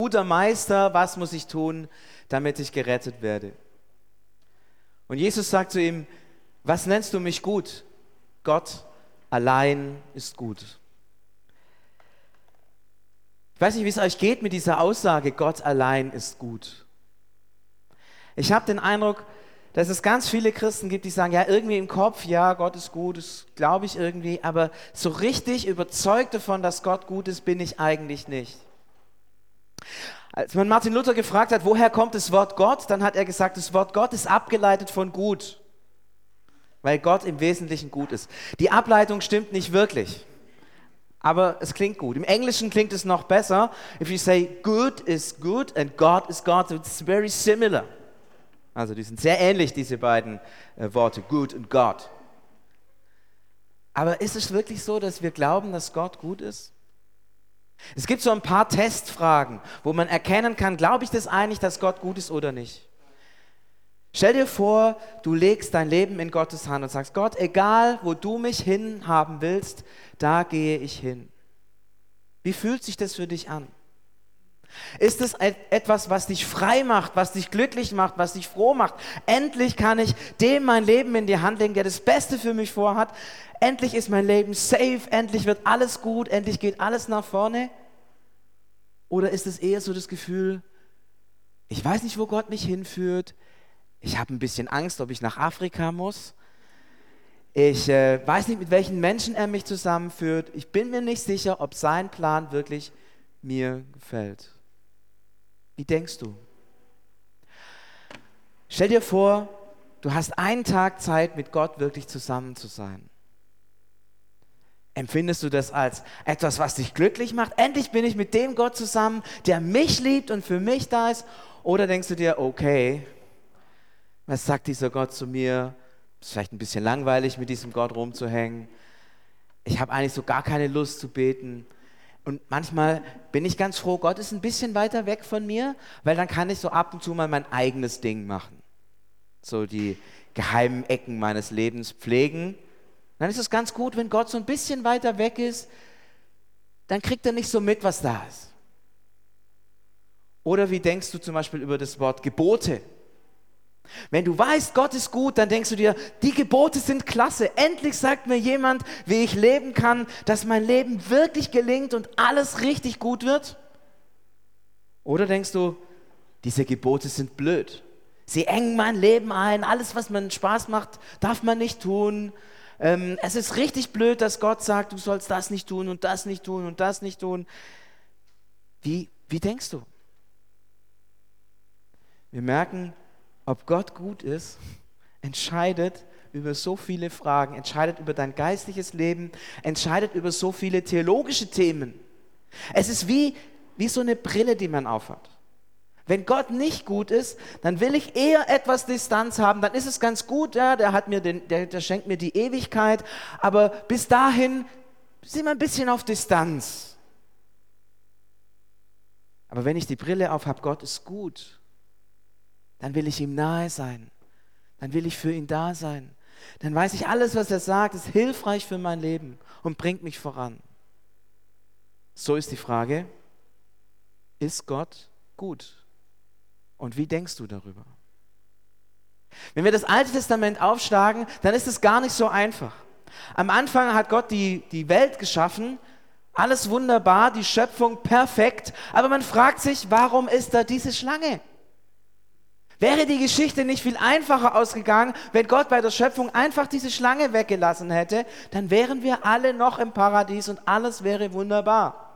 Guter Meister, was muss ich tun, damit ich gerettet werde? Und Jesus sagt zu ihm, was nennst du mich gut? Gott allein ist gut. Ich weiß nicht, wie es euch geht mit dieser Aussage, Gott allein ist gut. Ich habe den Eindruck, dass es ganz viele Christen gibt, die sagen, ja, irgendwie im Kopf, ja, Gott ist gut, das glaube ich irgendwie, aber so richtig überzeugt davon, dass Gott gut ist, bin ich eigentlich nicht. Als man Martin Luther gefragt hat, woher kommt das Wort Gott, dann hat er gesagt, das Wort Gott ist abgeleitet von gut, weil Gott im Wesentlichen gut ist. Die Ableitung stimmt nicht wirklich, aber es klingt gut. Im Englischen klingt es noch besser. If you say good is good and God is God, it's very similar. Also die sind sehr ähnlich, diese beiden Worte, good und God. Aber ist es wirklich so, dass wir glauben, dass Gott gut ist? Es gibt so ein paar Testfragen, wo man erkennen kann, glaube ich das eigentlich, dass Gott gut ist oder nicht. Stell dir vor, du legst dein Leben in Gottes Hand und sagst, Gott, egal wo du mich hinhaben willst, da gehe ich hin. Wie fühlt sich das für dich an? Ist es etwas, was dich frei macht, was dich glücklich macht, was dich froh macht? Endlich kann ich dem mein Leben in die Hand legen, der das Beste für mich vorhat. Endlich ist mein Leben safe, endlich wird alles gut, endlich geht alles nach vorne. Oder ist es eher so das Gefühl, ich weiß nicht, wo Gott mich hinführt, ich habe ein bisschen Angst, ob ich nach Afrika muss, ich weiß nicht, mit welchen Menschen er mich zusammenführt, ich bin mir nicht sicher, ob sein Plan wirklich mir gefällt. Wie denkst du? Stell dir vor, du hast einen Tag Zeit, mit Gott wirklich zusammen zu sein. Empfindest du das als etwas, was dich glücklich macht? Endlich bin ich mit dem Gott zusammen, der mich liebt und für mich da ist. Oder denkst du dir, okay, was sagt dieser Gott zu mir? Ist vielleicht ein bisschen langweilig, mit diesem Gott rumzuhängen. Ich habe eigentlich so gar keine Lust zu beten. Und manchmal bin ich ganz froh, Gott ist ein bisschen weiter weg von mir, weil dann kann ich so ab und zu mal mein eigenes Ding machen. So die geheimen Ecken meines Lebens pflegen. Dann ist es ganz gut, wenn Gott so ein bisschen weiter weg ist, dann kriegt er nicht so mit, was da ist. Oder wie denkst du zum Beispiel über das Wort Gebote? Wenn du weißt, Gott ist gut, dann denkst du dir, die Gebote sind klasse. Endlich sagt mir jemand, wie ich leben kann, dass mein Leben wirklich gelingt und alles richtig gut wird. Oder denkst du, diese Gebote sind blöd. Sie engen mein Leben ein. Alles, was mir Spaß macht, darf man nicht tun. Es ist richtig blöd, dass Gott sagt, du sollst das nicht tun und das nicht tun und das nicht tun. Wie denkst du? Wir merken, ob Gott gut ist, entscheidet über so viele Fragen, entscheidet über dein geistliches Leben, entscheidet über so viele theologische Themen. Es ist wie so eine Brille, die man aufhat. Wenn Gott nicht gut ist, dann will ich eher etwas Distanz haben, dann ist es ganz gut, ja, der schenkt mir die Ewigkeit, aber bis dahin sind wir ein bisschen auf Distanz. Aber wenn ich die Brille aufhab, Gott ist gut, dann will ich ihm nahe sein. Dann will ich für ihn da sein. Dann weiß ich, alles, was er sagt, ist hilfreich für mein Leben und bringt mich voran. So ist die Frage, ist Gott gut? Und wie denkst du darüber? Wenn wir das Alte Testament aufschlagen, dann ist es gar nicht so einfach. Am Anfang hat Gott die Welt geschaffen, alles wunderbar, die Schöpfung perfekt, aber man fragt sich, warum ist da diese Schlange? Wäre die Geschichte nicht viel einfacher ausgegangen, wenn Gott bei der Schöpfung einfach diese Schlange weggelassen hätte, dann wären wir alle noch im Paradies und alles wäre wunderbar.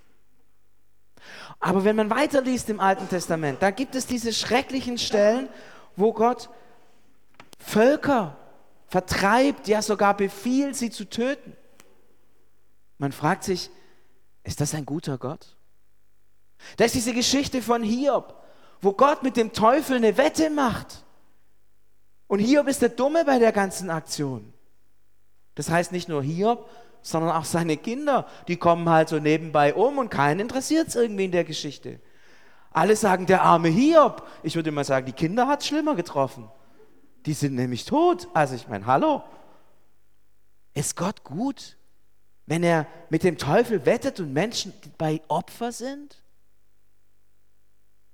Aber wenn man weiterliest im Alten Testament, da gibt es diese schrecklichen Stellen, wo Gott Völker vertreibt, ja sogar befiehlt, sie zu töten. Man fragt sich, ist das ein guter Gott? Da ist diese Geschichte von Hiob, wo Gott mit dem Teufel eine Wette macht. Und Hiob ist der Dumme bei der ganzen Aktion. Das heißt nicht nur Hiob, sondern auch seine Kinder, die kommen halt so nebenbei um und keinen interessiert es irgendwie in der Geschichte. Alle sagen, der arme Hiob. Ich würde mal sagen, die Kinder hat es schlimmer getroffen. Die sind nämlich tot. Also ich meine, hallo. Ist Gott gut, wenn er mit dem Teufel wettet und Menschen bei Opfer sind?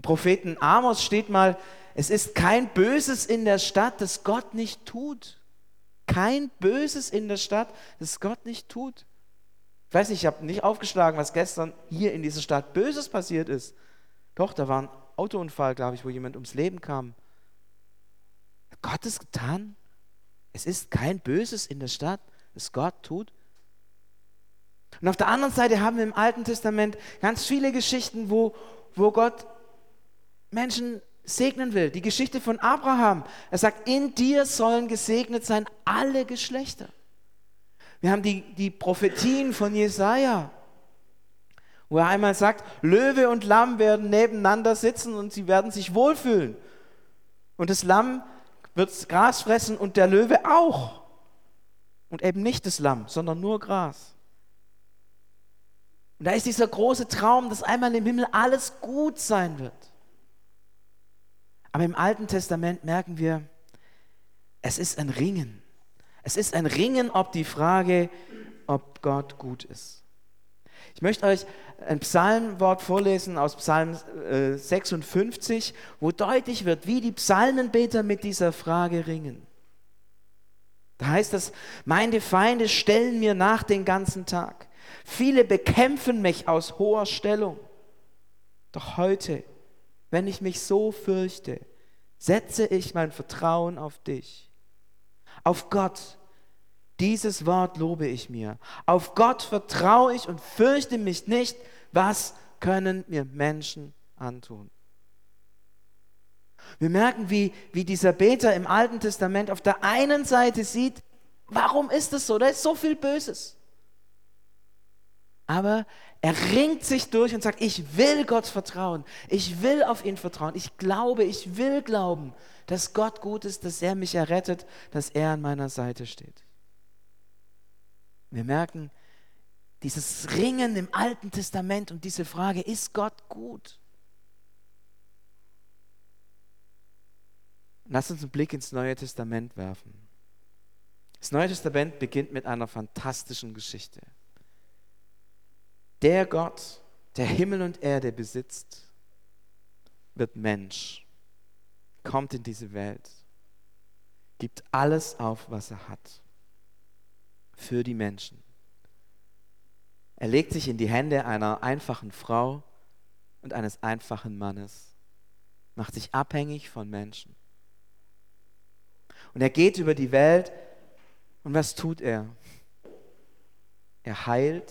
Propheten Amos steht mal, es ist kein Böses in der Stadt, das Gott nicht tut. Kein Böses in der Stadt, das Gott nicht tut. Ich weiß nicht, ich habe nicht aufgeschlagen, was gestern hier in dieser Stadt Böses passiert ist. Doch, da war ein Autounfall, glaube ich, wo jemand ums Leben kam. Hat Gott es getan? Es ist kein Böses in der Stadt, das Gott tut. Und auf der anderen Seite haben wir im Alten Testament ganz viele Geschichten, wo Gott Menschen segnen will. Die Geschichte von Abraham. Er sagt, in dir sollen gesegnet sein alle Geschlechter. Wir haben die Prophetien von Jesaja, wo er einmal sagt, Löwe und Lamm werden nebeneinander sitzen und sie werden sich wohlfühlen. Und das Lamm wird Gras fressen und der Löwe auch. Und eben nicht das Lamm, sondern nur Gras. Und da ist dieser große Traum, dass einmal im Himmel alles gut sein wird. Aber im Alten Testament merken wir, es ist ein Ringen. Es ist ein Ringen, ob die Frage, ob Gott gut ist. Ich möchte euch ein Psalmwort vorlesen aus Psalm 56, wo deutlich wird, wie die Psalmenbeter mit dieser Frage ringen. Da heißt es, meine Feinde stellen mir nach den ganzen Tag. Viele bekämpfen mich aus hoher Stellung. Doch heute, wenn ich mich so fürchte, setze ich mein Vertrauen auf dich. Auf Gott, dieses Wort lobe ich mir. Auf Gott vertraue ich und fürchte mich nicht. Was können mir Menschen antun? Wir merken, wie dieser Beter im Alten Testament auf der einen Seite sieht, warum ist es so? Da ist so viel Böses. Aber er ringt sich durch und sagt, ich will Gott vertrauen. Ich will auf ihn vertrauen. Ich will glauben, dass Gott gut ist, dass er mich errettet, dass er an meiner Seite steht. Wir merken dieses Ringen im Alten Testament und diese Frage, ist Gott gut? Lass uns einen Blick ins Neue Testament werfen. Das Neue Testament beginnt mit einer fantastischen Geschichte. Der Gott, der Himmel und Erde besitzt, wird Mensch, kommt in diese Welt, gibt alles auf, was er hat, für die Menschen. Er legt sich in die Hände einer einfachen Frau und eines einfachen Mannes, macht sich abhängig von Menschen. Und er geht über die Welt und was tut er? Er heilt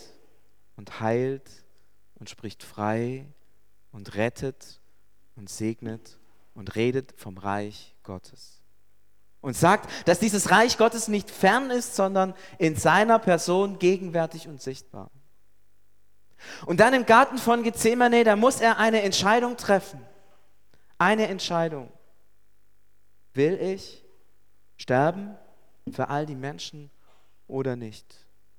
und spricht frei und rettet und segnet und redet vom Reich Gottes. Und sagt, dass dieses Reich Gottes nicht fern ist, sondern in seiner Person gegenwärtig und sichtbar. Und dann im Garten von Gethsemane, da muss er eine Entscheidung treffen. Eine Entscheidung. Will ich sterben für all die Menschen oder nicht?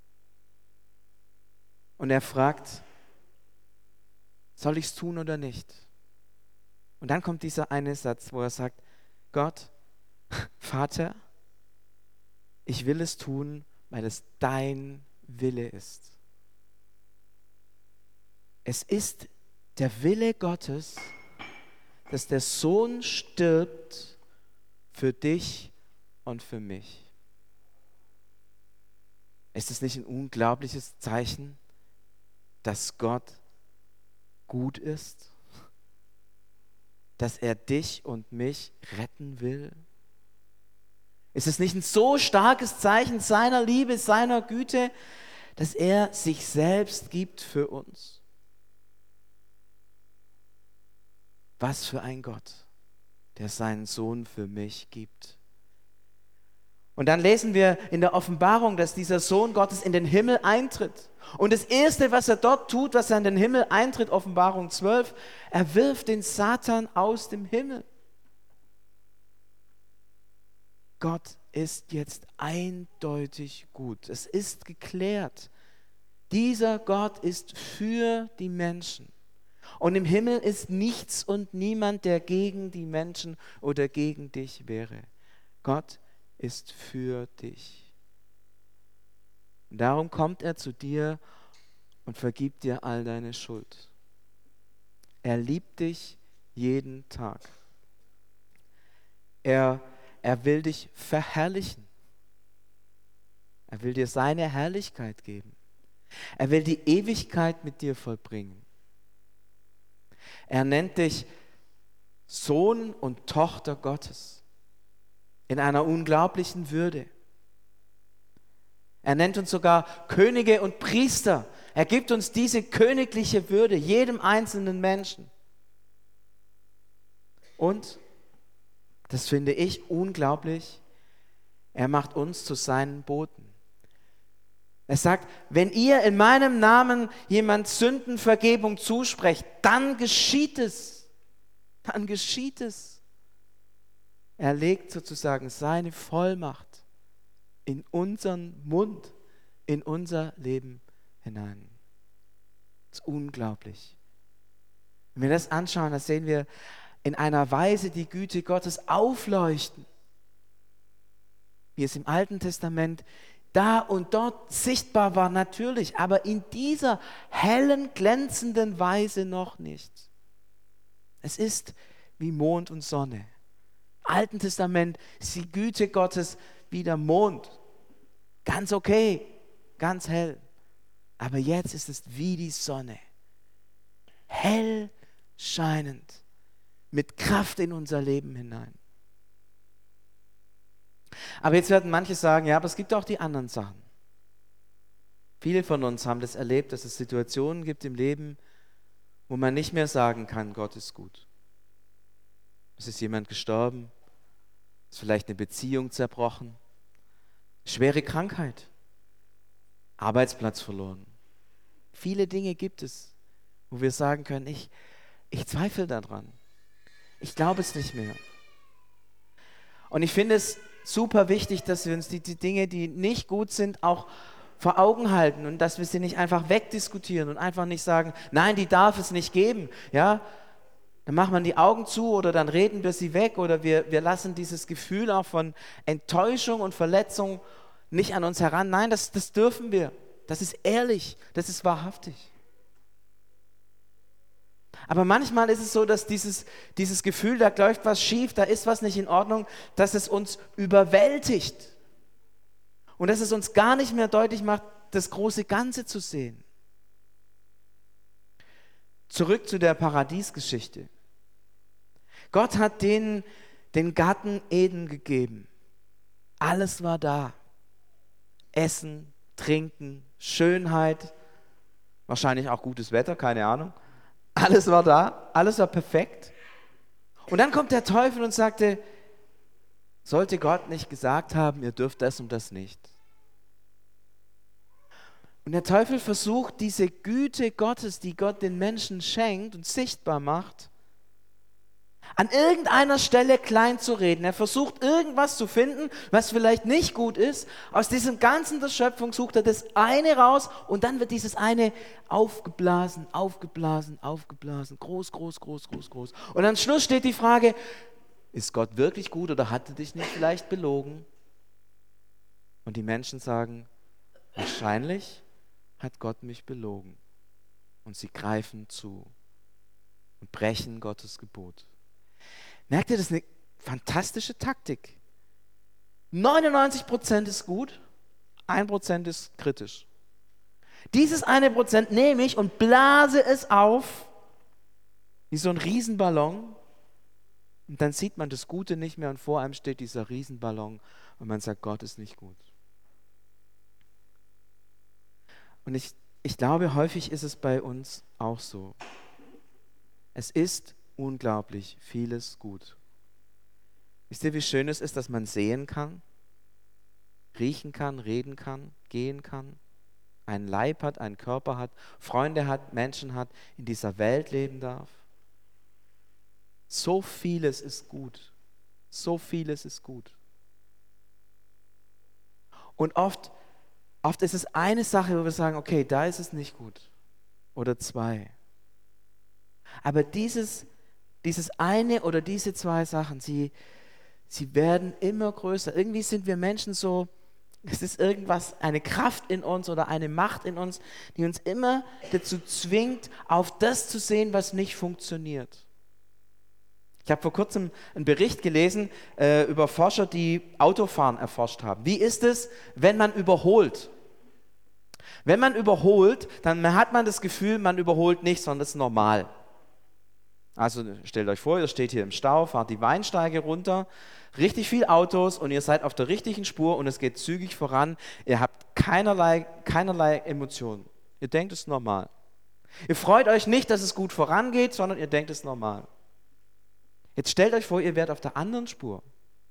Und er fragt, soll ich es tun oder nicht? Und dann kommt dieser eine Satz, wo er sagt, Gott, Vater, ich will es tun, weil es dein Wille ist. Es ist der Wille Gottes, dass der Sohn stirbt für dich und für mich. Ist es nicht ein unglaubliches Zeichen, dass Gott gut ist? Dass er dich und mich retten will? Ist es nicht ein so starkes Zeichen seiner Liebe, seiner Güte, dass er sich selbst gibt für uns? Was für ein Gott, der seinen Sohn für mich gibt. Und dann lesen wir in der Offenbarung, dass dieser Sohn Gottes in den Himmel eintritt. Und das Erste, was er dort tut, was er in den Himmel eintritt, Offenbarung 12, er wirft den Satan aus dem Himmel. Gott ist jetzt eindeutig gut. Es ist geklärt. Dieser Gott ist für die Menschen. Und im Himmel ist nichts und niemand, der gegen die Menschen oder gegen dich wäre. Gott ist für dich. Und darum kommt er zu dir und vergibt dir all deine Schuld. Er liebt dich Jeden Tag. Er will dich verherrlichen. Er will dir seine Herrlichkeit geben. Er will die Ewigkeit mit dir vollbringen. Er nennt dich Sohn und Tochter Gottes in einer unglaublichen Würde. Er nennt uns sogar Könige und Priester. Er gibt uns diese königliche Würde, jedem einzelnen Menschen. Und, das finde ich unglaublich, er macht uns zu seinen Boten. Er sagt, wenn ihr in meinem Namen jemand Sündenvergebung zusprecht, dann geschieht es. Dann geschieht es. Er legt sozusagen seine Vollmacht in unseren Mund, in unser Leben hinein. Das ist unglaublich. Wenn wir das anschauen, dann sehen wir in einer Weise die Güte Gottes aufleuchten, wie es im Alten Testament da und dort sichtbar war, natürlich, aber in dieser hellen, glänzenden Weise noch nicht. Es ist wie Mond und Sonne. Im Alten Testament ist die Güte Gottes wie der Mond. Ganz okay, ganz hell. Aber jetzt ist es wie die Sonne. Hell scheinend, mit Kraft in unser Leben hinein. Aber jetzt werden manche sagen, ja, aber es gibt auch die anderen Sachen. Viele von uns haben das erlebt, dass es Situationen gibt im Leben, wo man nicht mehr sagen kann, Gott ist gut. Es ist jemand gestorben, es ist vielleicht eine Beziehung zerbrochen, schwere Krankheit, Arbeitsplatz verloren. Viele Dinge gibt es, wo wir sagen können, ich zweifle daran. Ich glaube es nicht mehr. Und ich finde es super wichtig, dass wir uns die Dinge, die nicht gut sind, auch vor Augen halten und dass wir sie nicht einfach wegdiskutieren und einfach nicht sagen, nein, die darf es nicht geben. Ja? Dann macht man die Augen zu oder dann reden wir sie weg oder wir lassen dieses Gefühl auch von Enttäuschung und Verletzung nicht an uns heran. Nein, das dürfen wir. Das ist ehrlich, das ist wahrhaftig. Aber manchmal ist es so, dass dieses Gefühl, da läuft was schief, da ist was nicht in Ordnung, dass es uns überwältigt. Und dass es uns gar nicht mehr deutlich macht, das große Ganze zu sehen. Zurück zu der Paradiesgeschichte. Gott hat denen den Garten Eden gegeben. Alles war da. Essen, Trinken, Schönheit, wahrscheinlich auch gutes Wetter, keine Ahnung. Alles war da, alles war perfekt. Und dann kommt der Teufel und sagte, sollte Gott nicht gesagt haben, ihr dürft das und das nicht. Und der Teufel versucht, diese Güte Gottes, die Gott den Menschen schenkt und sichtbar macht, an irgendeiner Stelle klein zu reden. Er versucht irgendwas zu finden, was vielleicht nicht gut ist. Aus diesem Ganzen der Schöpfung sucht er das eine raus und dann wird dieses eine aufgeblasen, aufgeblasen, aufgeblasen. Groß, groß, groß, groß, groß. Und am Schluss steht die Frage, ist Gott wirklich gut oder hat er dich nicht vielleicht belogen? Und die Menschen sagen, wahrscheinlich hat Gott mich belogen. Und sie greifen zu und brechen Gottes Gebot. Merkt ihr, das ist eine fantastische Taktik. 99% ist gut, 1% ist kritisch. Dieses 1% nehme ich und blase es auf, wie so ein Riesenballon. Und dann sieht man das Gute nicht mehr und vor einem steht dieser Riesenballon und man sagt, Gott ist nicht gut. Und ich glaube, häufig ist es bei uns auch so. Es ist unglaublich vieles gut. Wisst ihr, wie schön es ist, dass man sehen kann, riechen kann, reden kann, gehen kann, einen Leib hat, einen Körper hat, Freunde hat, Menschen hat, in dieser Welt leben darf? So vieles ist gut. So vieles ist gut. Und oft ist es eine Sache, wo wir sagen, okay, da ist es nicht gut. Oder zwei. Aber dieses eine oder diese zwei Sachen, sie werden immer größer. Irgendwie sind wir Menschen so, es ist irgendwas, eine Kraft in uns oder eine Macht in uns, die uns immer dazu zwingt, auf das zu sehen, was nicht funktioniert. Ich habe vor kurzem einen Bericht gelesen über Forscher, die Autofahren erforscht haben. Wie ist es, wenn man überholt? Wenn man überholt, dann hat man das Gefühl, man überholt nicht, sondern das ist normal. Also stellt euch vor, ihr steht hier im Stau, fahrt die Weinsteige runter, richtig viel Autos und ihr seid auf der richtigen Spur und es geht zügig voran. Ihr habt keinerlei Emotionen. Ihr denkt, es ist normal. Ihr freut euch nicht, dass es gut vorangeht, sondern ihr denkt, es ist normal. Jetzt stellt euch vor, ihr wärt auf der anderen Spur.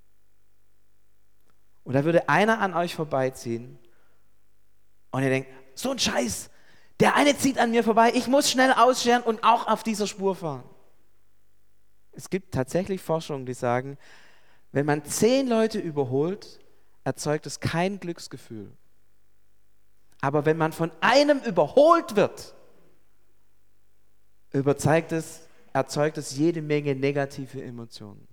Und da würde einer an euch vorbeiziehen und ihr denkt, so ein Scheiß, der eine zieht an mir vorbei, ich muss schnell ausscheren und auch auf dieser Spur fahren. Es gibt tatsächlich Forschungen, die sagen, wenn man 10 Leute überholt, erzeugt es kein Glücksgefühl. Aber wenn man von einem überholt wird, erzeugt es jede Menge negative Emotionen.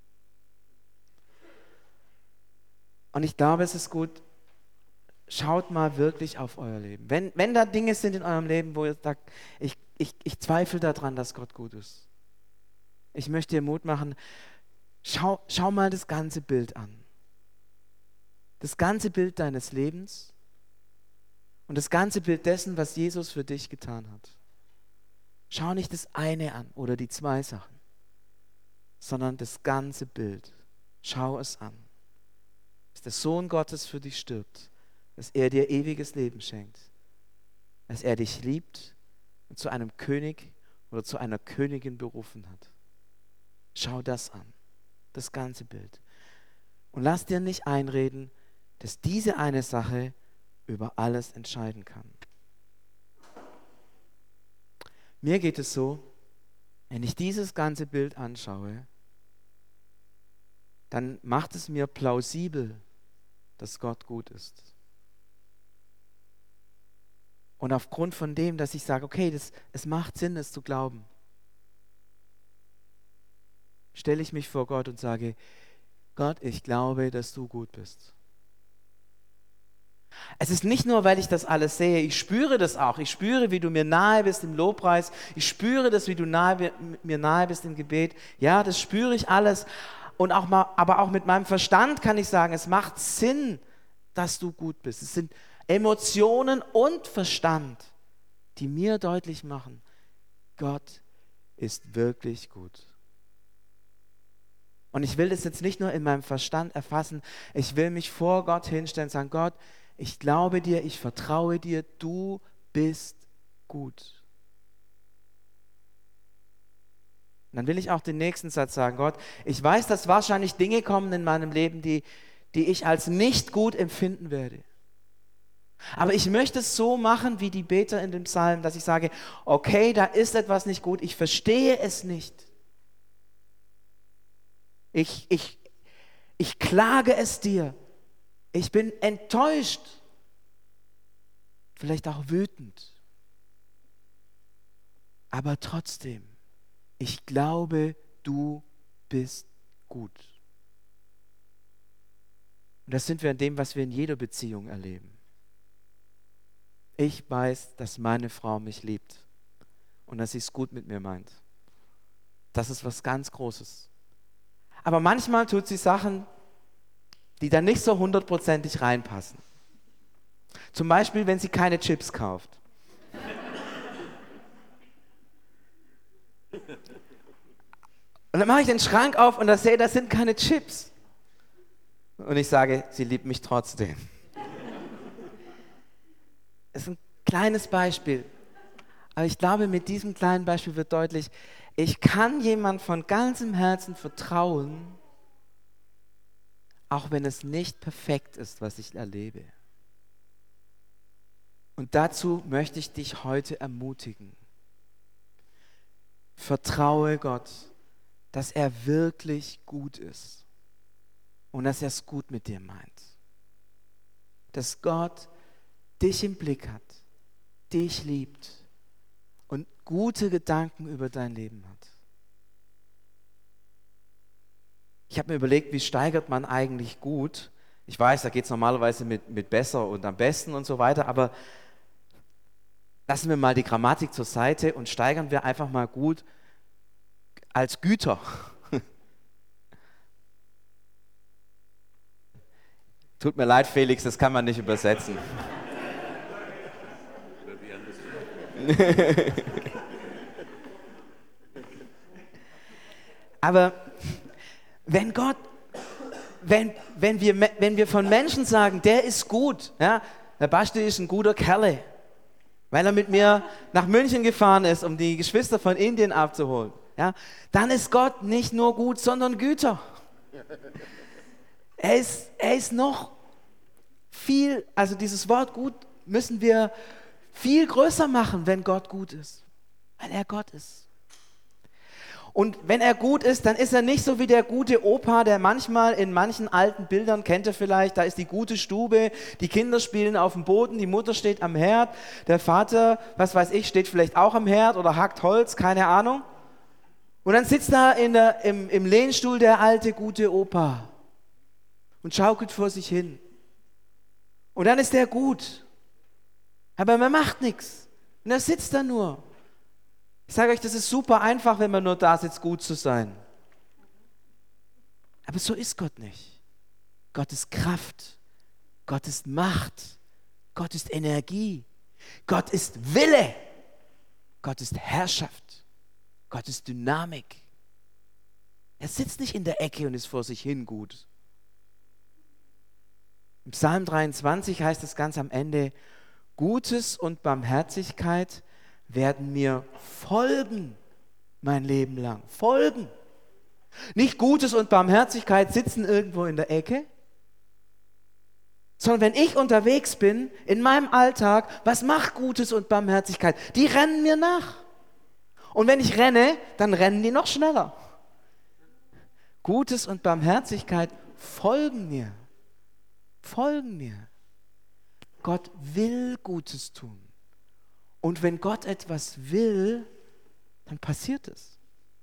Und ich glaube, es ist gut, schaut mal wirklich auf euer Leben. Wenn da Dinge sind in eurem Leben, wo ihr sagt, ich zweifle daran, dass Gott gut ist. Ich möchte dir Mut machen, schau mal das ganze Bild an. Das ganze Bild deines Lebens und das ganze Bild dessen, was Jesus für dich getan hat. Schau nicht das eine an oder die 2 Sachen, sondern das ganze Bild. Schau es an. Dass der Sohn Gottes für dich stirbt, dass er dir ewiges Leben schenkt, dass er dich liebt und zu einem König oder zu einer Königin berufen hat. Schau das an, das ganze Bild. Und lass dir nicht einreden, dass diese eine Sache über alles entscheiden kann. Mir geht es so, wenn ich dieses ganze Bild anschaue, dann macht es mir plausibel, dass Gott gut ist. Und aufgrund von dem, dass ich sage, okay, es macht Sinn, es zu glauben, stelle ich mich vor Gott und sage, Gott, ich glaube, dass du gut bist. Es ist nicht nur, weil ich das alles sehe, ich spüre das auch. Ich spüre, wie du mir nahe bist im Lobpreis. Ich spüre das, wie du mir nahe bist im Gebet. Ja, das spüre ich alles. Und aber auch mit meinem Verstand kann ich sagen, es macht Sinn, dass du gut bist. Es sind Emotionen und Verstand, die mir deutlich machen, Gott ist wirklich gut. Und ich will das jetzt nicht nur in meinem Verstand erfassen, ich will mich vor Gott hinstellen und sagen, Gott, ich glaube dir, ich vertraue dir, du bist gut. Und dann will ich auch den nächsten Satz sagen, Gott, ich weiß, dass wahrscheinlich Dinge kommen in meinem Leben, die ich als nicht gut empfinden werde. Aber ich möchte es so machen, wie die Beter in dem Psalm, dass ich sage, okay, da ist etwas nicht gut, ich verstehe es nicht. Ich klage es dir. Ich bin enttäuscht. Vielleicht auch wütend. Aber trotzdem, ich glaube, du bist gut. Und das sind wir in dem, was wir in jeder Beziehung erleben. Ich weiß, dass meine Frau mich liebt und dass sie es gut mit mir meint. Das ist was ganz Großes. Aber manchmal tut sie Sachen, die dann nicht so 100%ig reinpassen. Zum Beispiel, wenn sie keine Chips kauft. Und dann mache ich den Schrank auf und da sehe, das sind keine Chips. Und ich sage, sie liebt mich trotzdem. Das ist ein kleines Beispiel. Aber ich glaube, mit diesem kleinen Beispiel wird deutlich, ich kann jemand von ganzem Herzen vertrauen, auch wenn es nicht perfekt ist, was ich erlebe. Und dazu möchte ich dich heute ermutigen. Vertraue Gott, dass er wirklich gut ist und dass er es gut mit dir meint. Dass Gott dich im Blick hat, dich liebt und gute Gedanken über dein Leben hat. Ich habe mir überlegt, wie steigert man eigentlich gut? Ich weiß, da geht es normalerweise mit besser und am besten und so weiter, aber lassen wir mal die Grammatik zur Seite und steigern wir einfach mal gut als Güter. Tut mir leid, Felix, das kann man nicht übersetzen. Aber wenn wir von Menschen sagen, der ist gut, ja, der Basti ist ein guter Kerle, weil er mit mir nach München gefahren ist, um die Geschwister von Indien abzuholen, ja, dann ist Gott nicht nur gut, sondern Güter. Er ist noch viel, also dieses Wort gut müssen wir viel größer machen, wenn Gott gut ist, weil er Gott ist. Und wenn er gut ist, dann ist er nicht so wie der gute Opa, der manchmal in manchen alten Bildern, kennt ihr vielleicht, da ist die gute Stube, die Kinder spielen auf dem Boden, die Mutter steht am Herd, der Vater, was weiß ich, steht vielleicht auch am Herd oder hackt Holz, keine Ahnung. Und dann sitzt da im Lehnstuhl der alte gute Opa und schaukelt vor sich hin. Und dann ist der gut, aber man macht nichts und er sitzt da nur. Ich sage euch, das ist super einfach, wenn man nur da sitzt, gut zu sein. Aber so ist Gott nicht. Gott ist Kraft, Gott ist Macht, Gott ist Energie, Gott ist Wille, Gott ist Herrschaft, Gott ist Dynamik. Er sitzt nicht in der Ecke und ist vor sich hin gut. Im Psalm 23 heißt es ganz am Ende, Gutes und Barmherzigkeit werden mir folgen mein Leben lang. Folgen. Nicht Gutes und Barmherzigkeit sitzen irgendwo in der Ecke, sondern wenn ich unterwegs bin, in meinem Alltag, was macht Gutes und Barmherzigkeit? Die rennen mir nach. Und wenn ich renne, dann rennen die noch schneller. Gutes und Barmherzigkeit folgen mir. Folgen mir. Gott will Gutes tun. Und wenn Gott etwas will, dann passiert es.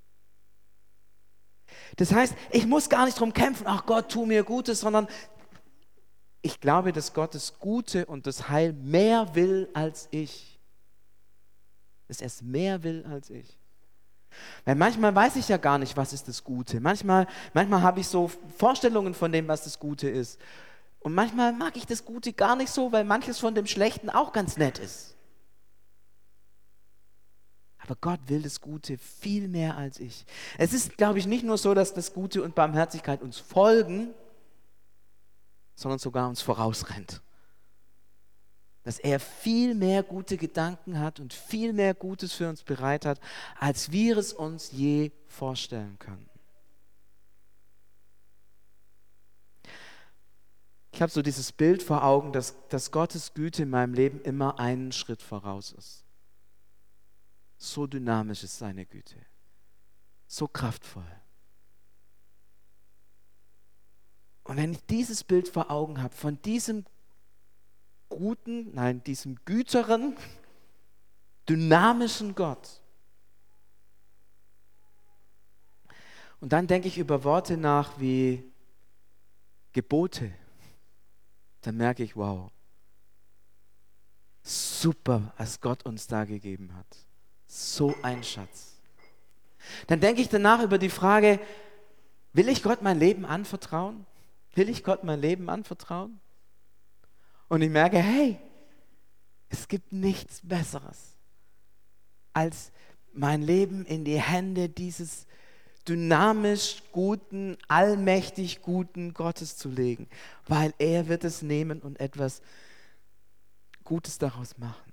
Das heißt, ich muss gar nicht darum kämpfen, ach Gott, tu mir Gutes, sondern ich glaube, dass Gott das Gute und das Heil mehr will als ich. Dass er es mehr will als ich. Weil manchmal weiß ich ja gar nicht, was ist das Gute. Manchmal habe ich so Vorstellungen von dem, was das Gute ist. Und manchmal mag ich das Gute gar nicht so, weil manches von dem Schlechten auch ganz nett ist. Aber Gott will das Gute viel mehr als ich. Es ist, glaube ich, nicht nur so, dass das Gute und Barmherzigkeit uns folgen, sondern sogar uns vorausrennt. Dass er viel mehr gute Gedanken hat und viel mehr Gutes für uns bereit hat, als wir es uns je vorstellen können. Ich habe so dieses Bild vor Augen, dass Gottes Güte in meinem Leben immer einen Schritt voraus ist. So dynamisch ist seine Güte, so kraftvoll. Und wenn ich dieses Bild vor Augen habe, von diesem diesem güteren, dynamischen Gott, und dann denke ich über Worte nach wie Gebote, dann merke ich, wow, super, was Gott uns da gegeben hat. So ein Schatz. Dann denke ich danach über die Frage, will ich Gott mein Leben anvertrauen? Will ich Gott mein Leben anvertrauen? Und ich merke, hey, es gibt nichts Besseres, als mein Leben in die Hände dieses dynamisch guten, allmächtig guten Gottes zu legen, weil er wird es nehmen und etwas Gutes daraus machen.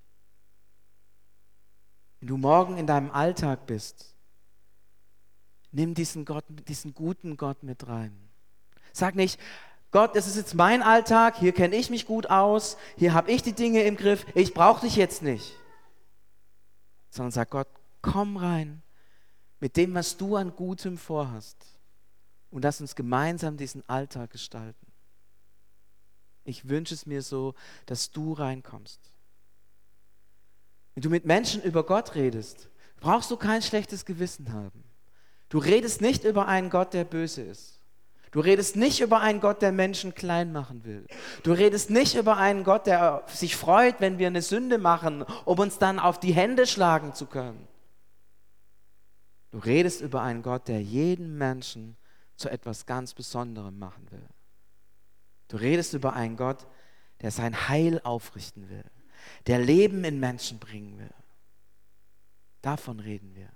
Wenn du morgen in deinem Alltag bist, nimm diesen guten Gott mit rein. Sag nicht, Gott, das ist jetzt mein Alltag, hier kenne ich mich gut aus, hier habe ich die Dinge im Griff, ich brauche dich jetzt nicht. Sondern sag Gott, komm rein mit dem, was du an Gutem vorhast und lass uns gemeinsam diesen Alltag gestalten. Ich wünsche es mir so, dass du reinkommst. Wenn du mit Menschen über Gott redest, brauchst du kein schlechtes Gewissen haben. Du redest nicht über einen Gott, der böse ist. Du redest nicht über einen Gott, der Menschen klein machen will. Du redest nicht über einen Gott, der sich freut, wenn wir eine Sünde machen, um uns dann auf die Hände schlagen zu können. Du redest über einen Gott, der jeden Menschen zu etwas ganz Besonderem machen will. Du redest über einen Gott, der sein Heil aufrichten will, der Leben in Menschen bringen will. Davon reden wir.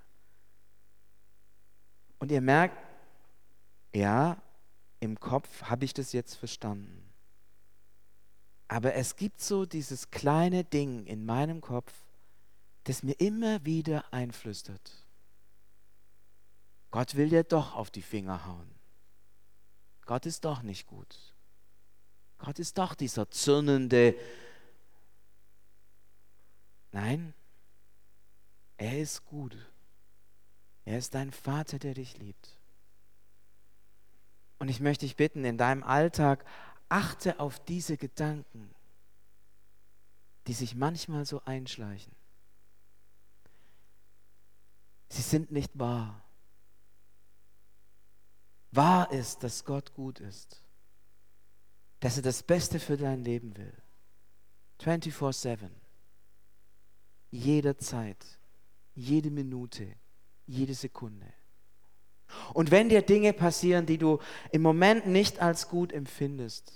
Und ihr merkt, ja, im Kopf habe ich das jetzt verstanden. Aber es gibt so dieses kleine Ding in meinem Kopf, das mir immer wieder einflüstert. Gott will dir doch auf die Finger hauen. Gott ist doch nicht gut. Gott ist doch dieser zürnende. Nein, er ist gut. Er ist dein Vater, der dich liebt. Und ich möchte dich bitten, in deinem Alltag achte auf diese Gedanken, die sich manchmal so einschleichen. Sie sind nicht wahr. Wahr ist, dass Gott gut ist, dass er das Beste für dein Leben will. 24/7. Jederzeit, jede Minute, jede Sekunde. Und wenn dir Dinge passieren, die du im Moment nicht als gut empfindest,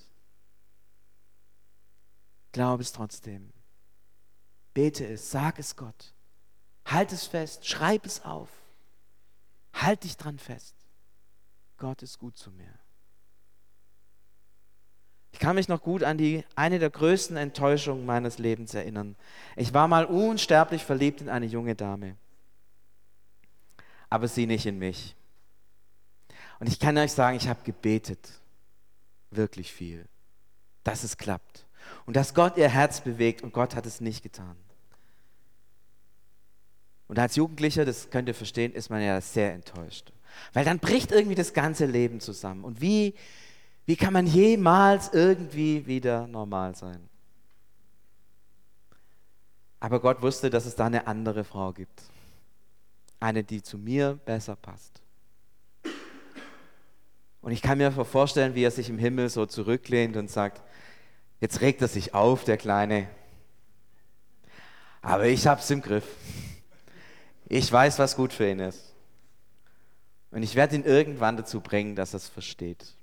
glaub es trotzdem. Bete es, sag es Gott. Halt es fest, schreib es auf. Halt dich dran fest. Gott ist gut zu mir. Ich kann mich noch gut an eine der größten Enttäuschungen meines Lebens erinnern. Ich war mal unsterblich verliebt in eine junge Dame. Aber sie nicht in mich. Und ich kann euch sagen, ich habe gebetet. Wirklich viel. Dass es klappt. Und dass Gott ihr Herz bewegt und Gott hat es nicht getan. Und als Jugendlicher, das könnt ihr verstehen, ist man ja sehr enttäuscht. Weil dann bricht irgendwie das ganze Leben zusammen. Und wie kann man jemals irgendwie wieder normal sein? Aber Gott wusste, dass es da eine andere Frau gibt. Eine, die zu mir besser passt. Und ich kann mir vorstellen, wie er sich im Himmel so zurücklehnt und sagt, jetzt regt er sich auf, der Kleine. Aber ich hab's im Griff. Ich weiß, was gut für ihn ist. Und ich werde ihn irgendwann dazu bringen, dass er es versteht.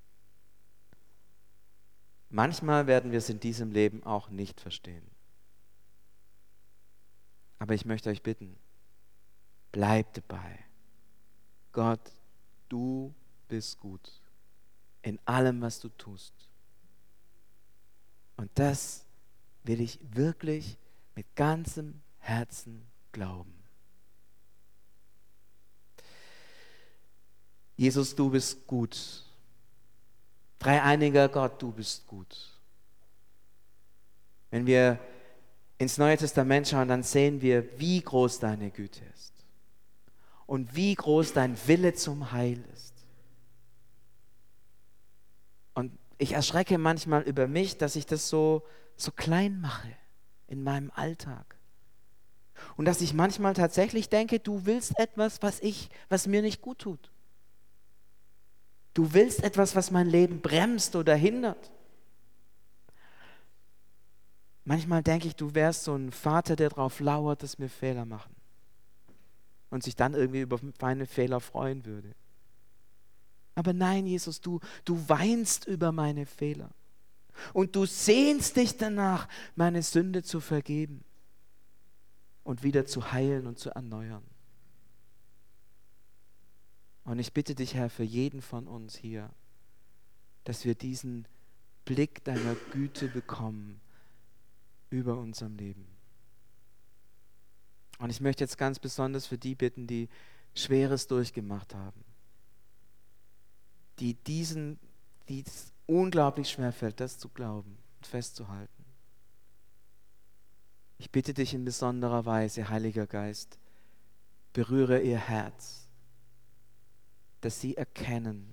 Manchmal werden wir es in diesem Leben auch nicht verstehen. Aber ich möchte euch bitten, bleibt dabei. Gott, du bist gut in allem, was du tust. Und das will ich wirklich mit ganzem Herzen glauben. Jesus, du bist gut. Dreieiniger Gott, du bist gut. Wenn wir ins Neue Testament schauen, dann sehen wir, wie groß deine Güte ist und wie groß dein Wille zum Heil ist. Und ich erschrecke manchmal über mich, dass ich das so klein mache in meinem Alltag. Und dass ich manchmal tatsächlich denke, du willst etwas, was mir nicht gut tut. Du willst etwas, was mein Leben bremst oder hindert. Manchmal denke ich, du wärst so ein Vater, der darauf lauert, dass wir Fehler machen. Und sich dann irgendwie über meine Fehler freuen würde. Aber nein, Jesus, du weinst über meine Fehler. Und du sehnst dich danach, meine Sünde zu vergeben. Und wieder zu heilen und zu erneuern. Und ich bitte dich, Herr, für jeden von uns hier, dass wir diesen Blick deiner Güte bekommen über unserem Leben. Und ich möchte jetzt ganz besonders für die bitten, die Schweres durchgemacht haben, die es unglaublich schwer fällt, das zu glauben und festzuhalten. Ich bitte dich in besonderer Weise, Heiliger Geist, berühre ihr Herz, dass sie erkennen,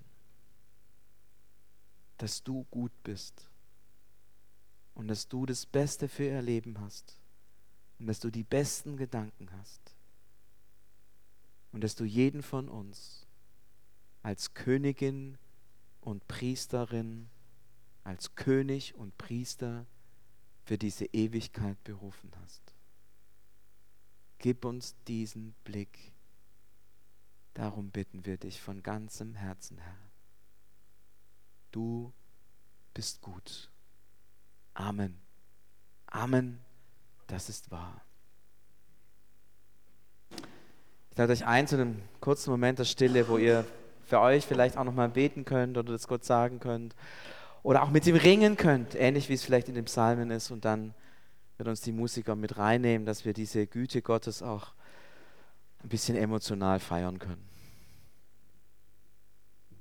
dass du gut bist und dass du das Beste für ihr Leben hast und dass du die besten Gedanken hast und dass du jeden von uns als Königin und Priesterin, als König und Priester für diese Ewigkeit berufen hast. Gib uns diesen Blick. Darum bitten wir dich von ganzem Herzen, Herr. Du bist gut. Amen. Amen, das ist wahr. Ich lade euch ein zu einem kurzen Moment der Stille, wo ihr für euch vielleicht auch nochmal beten könnt oder das Gott sagen könnt oder auch mit ihm ringen könnt, ähnlich wie es vielleicht in den Psalmen ist, und dann wird uns die Musiker mit reinnehmen, dass wir diese Güte Gottes auch ein bisschen emotional feiern können.